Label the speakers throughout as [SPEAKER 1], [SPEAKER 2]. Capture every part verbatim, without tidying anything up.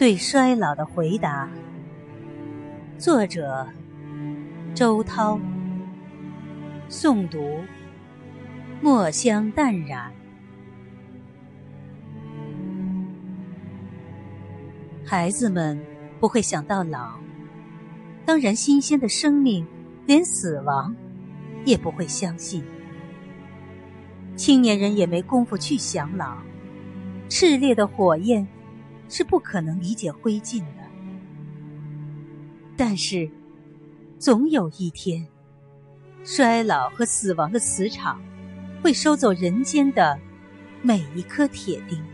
[SPEAKER 1] 对衰老的回答，作者周涛，诵读墨香淡然。孩子们不会想到老，当然新鲜的生命连死亡也不会相信。青年人也没工夫去想老，炽烈的火焰是不可能理解灰烬的。但是总有一天，衰老和死亡的磁场会收走人间的每一颗铁钉。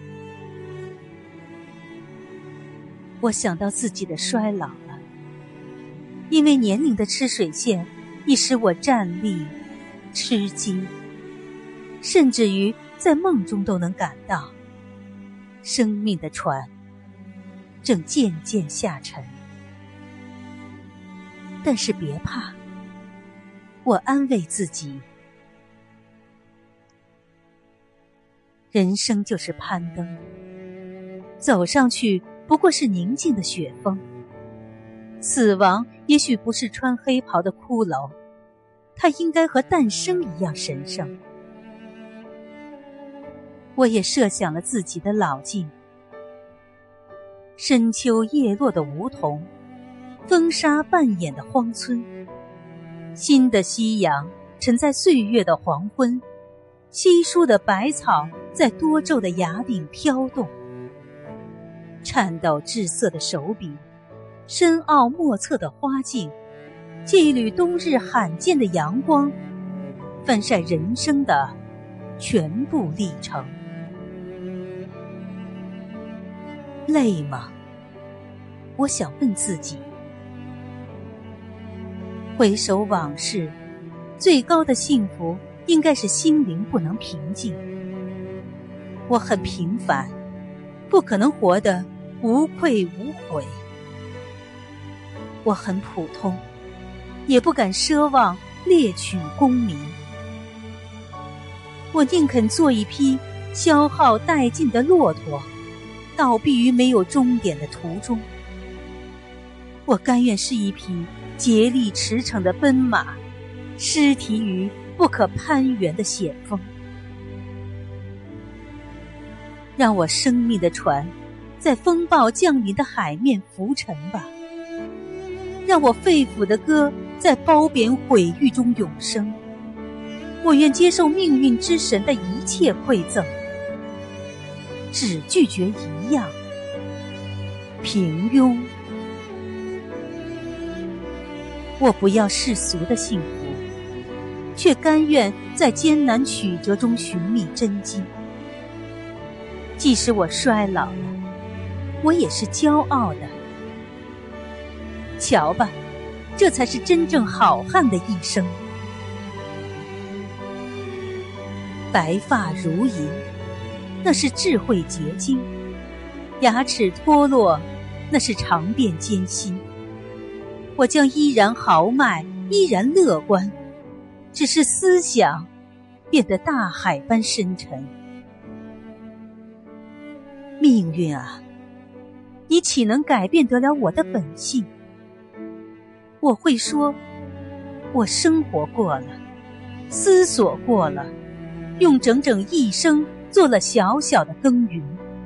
[SPEAKER 1] 我想到自己的衰老了，因为年龄的吃水线已使我站立吃惊，甚至于在梦中都能感到生命的船正渐渐下沉。但是别怕，我安慰自己，人生就是攀登，走上去不过是宁静的雪峰，死亡也许不是穿黑袍的骷髅，它应该和诞生一样神圣。我也设想了自己的老境，深秋叶落的梧桐，风沙半掩的荒村，新的夕阳沉在岁月的黄昏，稀疏的百草在多皱的崖顶飘动，颤抖滞涩的手笔，深奥莫测的花径，借一缕冬日罕见的阳光，翻晒人生的全部历程。累吗？我想问自己。回首往事，最高的幸福应该是心灵不能平静。我很平凡，不可能活得无愧无悔。我很普通，也不敢奢望猎取功名。我宁肯做一匹消耗殆尽的骆驼，倒闭于没有终点的途中。我甘愿是一匹竭力驰骋的奔马，失蹄于不可攀援的险峰。让我生命的船在风暴降临的海面浮沉吧，让我肺腑的歌在褒贬毁誉中永生。我愿接受命运之神的一切馈赠，只拒绝一样，平庸。我不要世俗的幸福，却甘愿在艰难曲折中寻觅真经。即使我衰老了，我也是骄傲的。瞧吧，这才是真正好汉的一生。白发如银，那是智慧结晶；牙齿脱落，那是尝遍艰辛。我将依然豪迈，依然乐观，只是思想变得大海般深沉。命运啊，你岂能改变得了我的本性？我会说，我生活过了，思索过了，用整整一生做了小小的耕耘。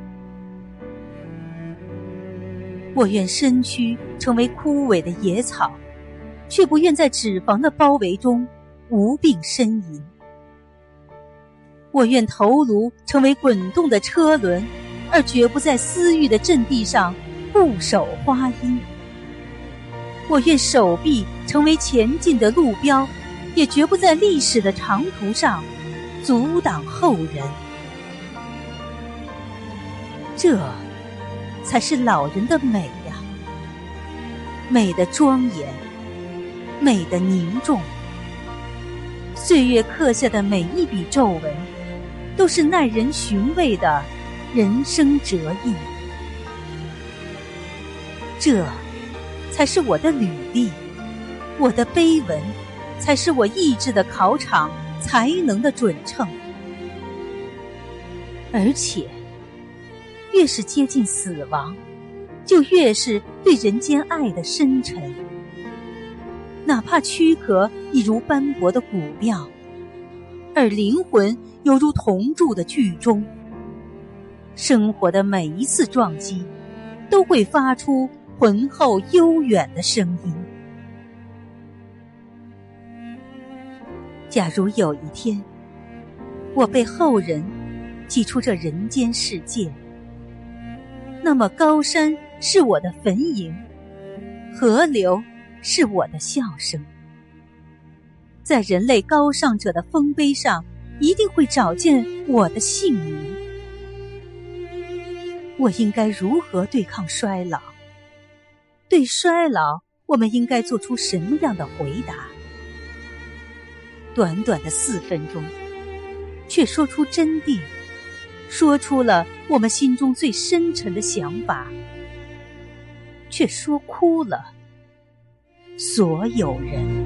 [SPEAKER 1] 我愿身躯成为枯萎的野草，却不愿在脂肪的包围中无病呻吟。我愿头颅成为滚动的车轮，而绝不在私欲的阵地上固守花荫。我愿手臂成为前进的路标，也绝不在历史的长途上阻挡后人。这才是老人的美呀，美的庄严，美的凝重。岁月刻下的每一笔皱纹，都是耐人寻味的人生折印。这才是我的履历，我的碑文才是我意志的考场，才能的准称。而且越是接近死亡， 就越是对人间爱的深沉。哪怕躯壳已如斑驳的骨料，而灵魂犹如铜铸的剧中，生活的每一次撞击都会发出浑厚悠远的声音。假如有一天，我被后人挤出这人间世界，那么高山是我的坟茔，河流是我的笑声。在人类高尚者的丰碑上，一定会找见我的姓名。我应该如何对抗衰老？对衰老，我们应该做出什么样的回答？短短的四分钟，却说出真谛，说出了我们心中最深沉的想法，却说哭了所有人。